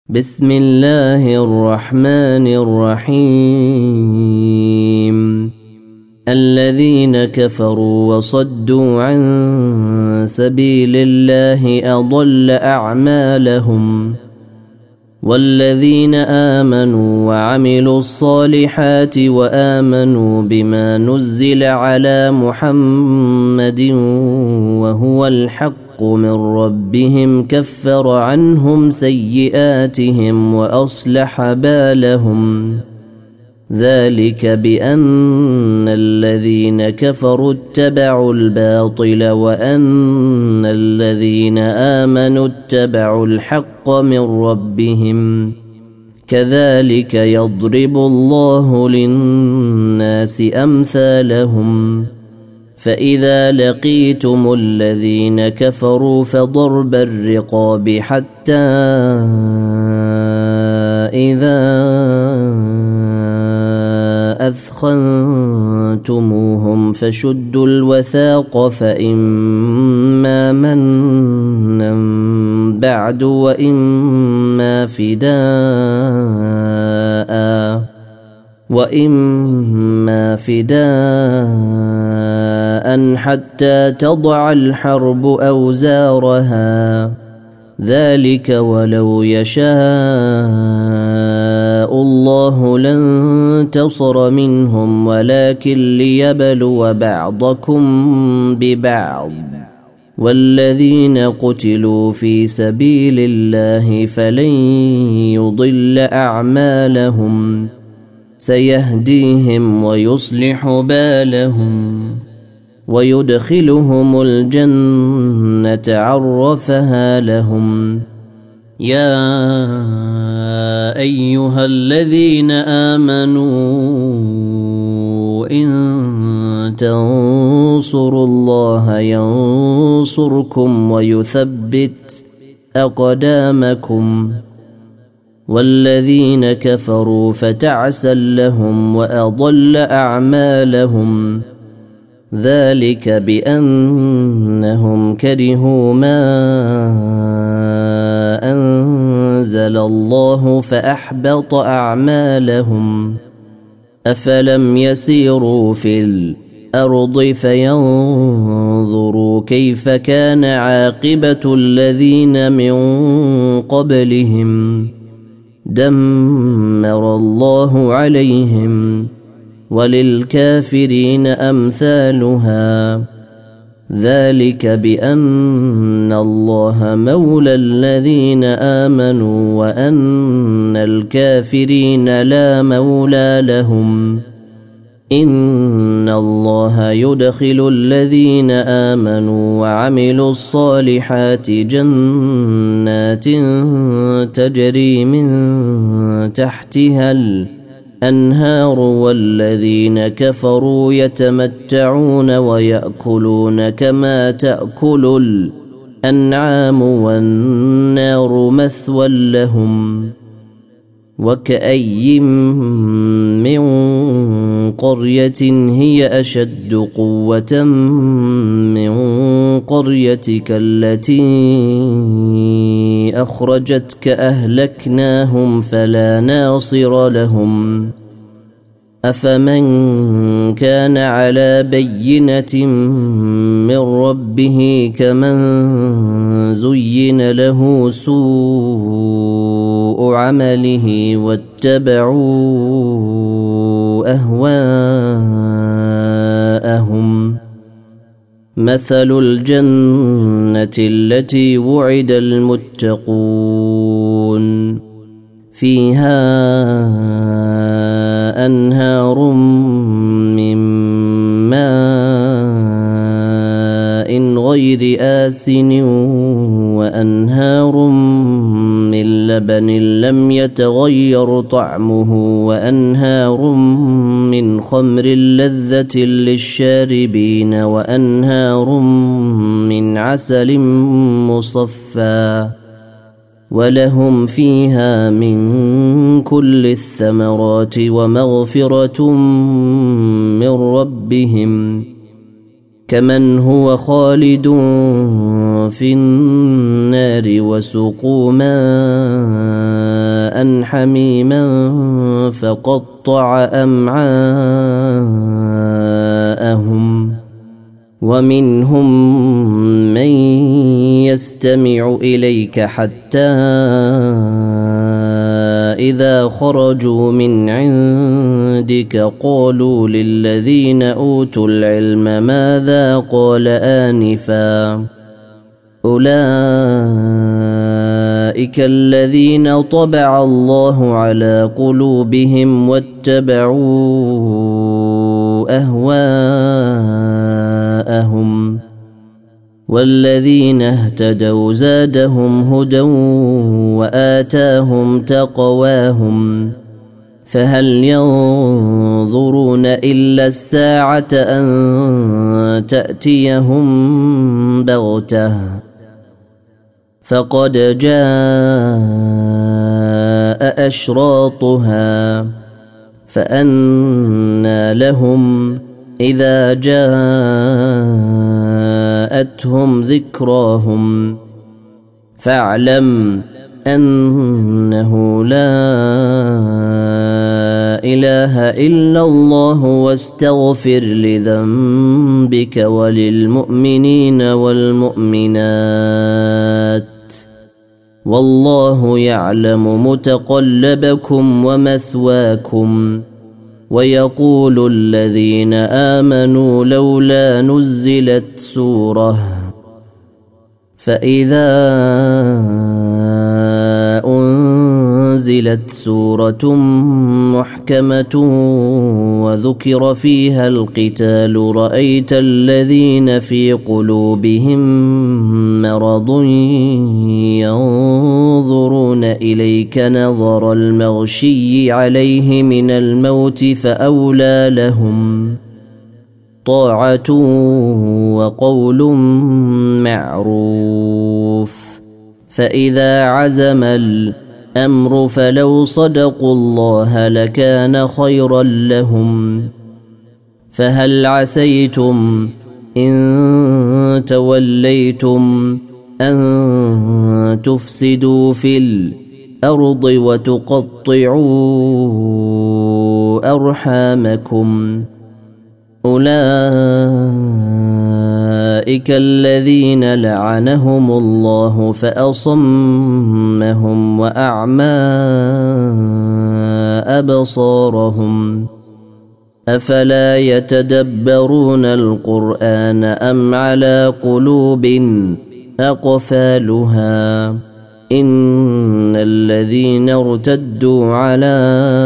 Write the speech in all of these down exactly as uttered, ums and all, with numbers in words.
بسم الله الرحمن الرحيم. الذين كفروا وصدوا عن سبيل الله أضل أعمالهم، والذين آمنوا وعملوا الصالحات وآمنوا بما نزل على محمد وهو الحق من ربهم كفر عنهم سيئاتهم وأصلح بالهم. ذلك بأن الذين كفروا اتبعوا الباطل وأن الذين آمنوا اتبعوا الحق من ربهم. كذلك يضرب الله للناس أمثالهم. فإذا لقيتم الذين كفروا فضرب الرقاب حتى إذا أثخنتموهم فشدوا الوثاق، فإما منا بعد وإما فداء وإما فداء حتى تضع الحرب أوزارها. ذلك ولو يشاء الله لانتصر منهم ولكن ليبلو بعضكم ببعض. والذين قتلوا في سبيل الله فلن يضل أعمالهم، سيهديهم ويصلح بالهم ويدخلهم الجنة عرفها لهم. يا أيها الذين آمنوا إن تنصروا الله ينصركم ويثبت أقدامكم. والذين كفروا فتعسا لهم وأضل أعمالهم. ذلك بأنهم كرهوا ما أنزل الله فأحبط أعمالهم. أفلم يسيروا في الأرض فينظروا كيف كان عاقبة الذين من قبلهم. دمر الله عليهم وللكافرين أمثالها. ذلك بأن الله مولى الذين آمنوا وأن الكافرين لا مولى لهم. إن الله يدخل الذين آمنوا وعملوا الصالحات جنات تجري من تحتها الأنهار، والذين كفروا يتمتعون ويأكلون كما تأكل الأنعام والنار مثوى لهم. وكأي من قرية هي أشد قوة من قريتك التي أخرجتك أهلكناهم فلا ناصر لهم. أفمن كان على بينة من ربه كمن زين له سوء عمله واتبعوا أهواءهم. مثل الجنة التي وعد المتقون فيها أنهار من ماء غير آسن وأنهار من لبن لم يتغير طعمه وأنهار من خمر لذة للشاربين وأنهار من عسل مصفى ولهم فيها من كل الثمرات ومغفرة من ربهم. كمن هو خالد في النار وسقوا ماء ماء حميما فقطع أمعاءهم ومنهم من يستمع إليك حتى إذا خرجوا من عندك قالوا للذين أوتوا العلم ماذا قال آنفا أولئك الذين طبع الله على قلوبهم واتبعوا أهواءهم والذين اهتدوا زادهم هدى وآتاهم تقواهم فهل ينظرون إلا الساعة أن تأتيهم بغتة فقد جاء أشراطها فأنى لهم إذا جاءتهم ذكراهم فاعلم أنه لا إله إلا الله واستغفر لذنبك وللمؤمنين والمؤمنات والله يعلم متقلبكم ومثواكم ويقول الذين آمنوا لولا نزلت سورة فإذا أنزلت سورة محكمة وذكر فيها القتال رأيت الذين في قلوبهم مرض ينظرون إليك نظر المغشي عليه من الموت فأولى لهم طاعة وقول معروف فإذا عزم الأمر فلو صدقوا الله لكان خيرا لهم فهل عسيتم إن توليتم أن تفسدوا في الأرض وتقطعوا أرحامكم أولئك الذين لعنهم الله فأصمهم وأعمى أبصارهم أفلا يتدبرون القرآن أم على قلوب أقفالها إن الذين ارتدوا على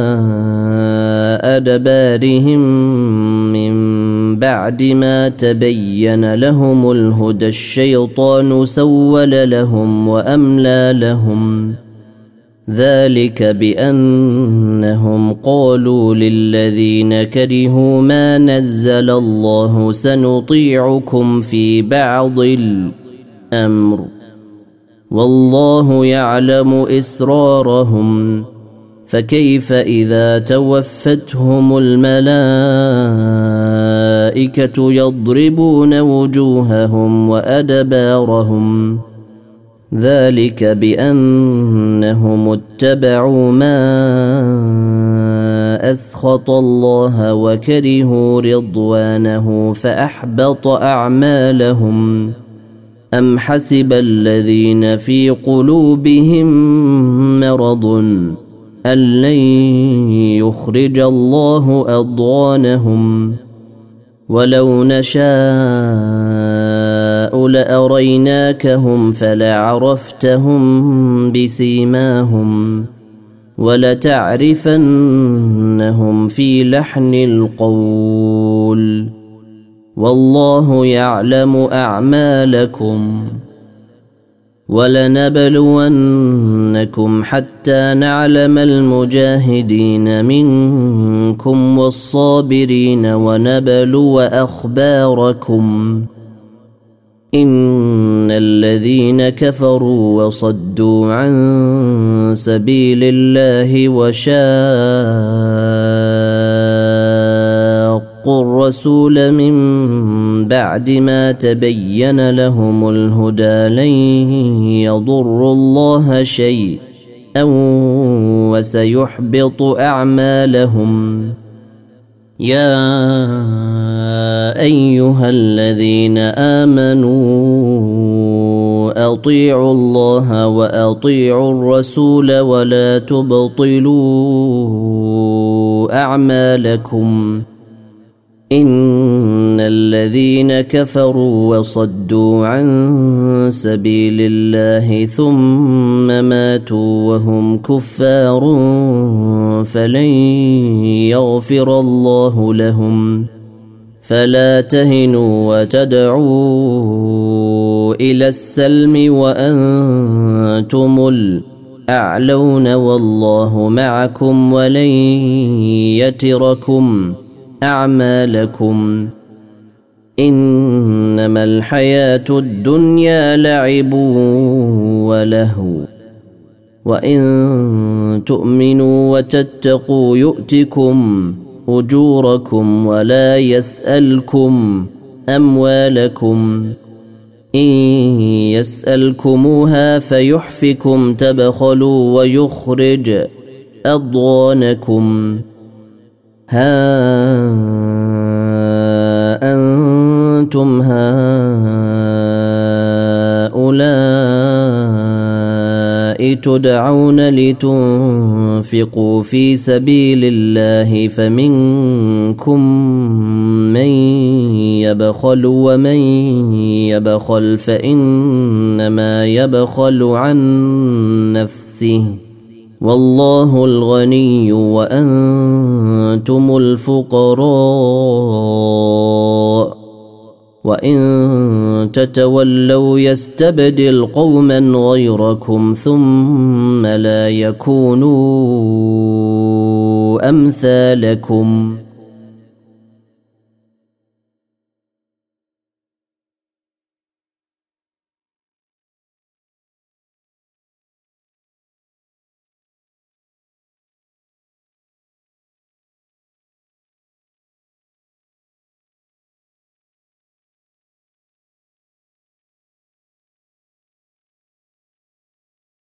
أدبارهم من بعد ما تبين لهم الهدى الشيطان سول لهم وأملى لهم ذلك بأنهم قالوا للذين كرهوا ما نزل الله سنطيعكم في بعض الأمر والله يعلم إسرارهم فكيف إذا توفتهم الملائكة يضربون وجوههم وأدبارهم ذلك بأنهم اتبعوا ما أسخط الله وكرهوا رضوانه فأحبط أعمالهم أم حسب الذين في قلوبهم مرض أن لن يخرج الله أضغانهم ولو نشاء لأريناكهم فلعرفتهم بسيماهم ولتعرفنهم في لحن القول والله يعلم أعمالكم ولنبلونكم حتى نعلم المجاهدين منكم والصابرين ونبلو أخباركم إن الذين كفروا وصدوا عن سبيل الله وشاقوا الرسول من بعد ما تبين لهم الهدى لن يضروا الله شيئا وسيحبط أعمالهم. يا أيها الذين آمنوا أطيعوا الله وأطيعوا الرسول ولا تبطلوا أعمالكم. إن الذين كفروا وصدوا عن سبيل الله ثم ماتوا وهم كفار فلن يغفر الله لهم. فلا تهنوا وتدعوا إلى السلم وأنتم الأعلون والله معكم ولن يتركم أعمالكم. إنما الحياة الدنيا لعب ولهو وإن تؤمنوا وتتقوا يؤتكم أجوركم ولا يسألكم أموالكم. إن يسألكموها فيحفكم تبخلوا ويخرج أضغانكم. ها أنتم هؤلاء تدعون لتنفقوا في سبيل الله فمنكم من يبخل ومن يبخل فإنما يبخل عن نفسه والله الغني وأنتم الفقراء وإن تتولوا يستبدل قوما غيركم ثم لا يكونوا أمثالكم.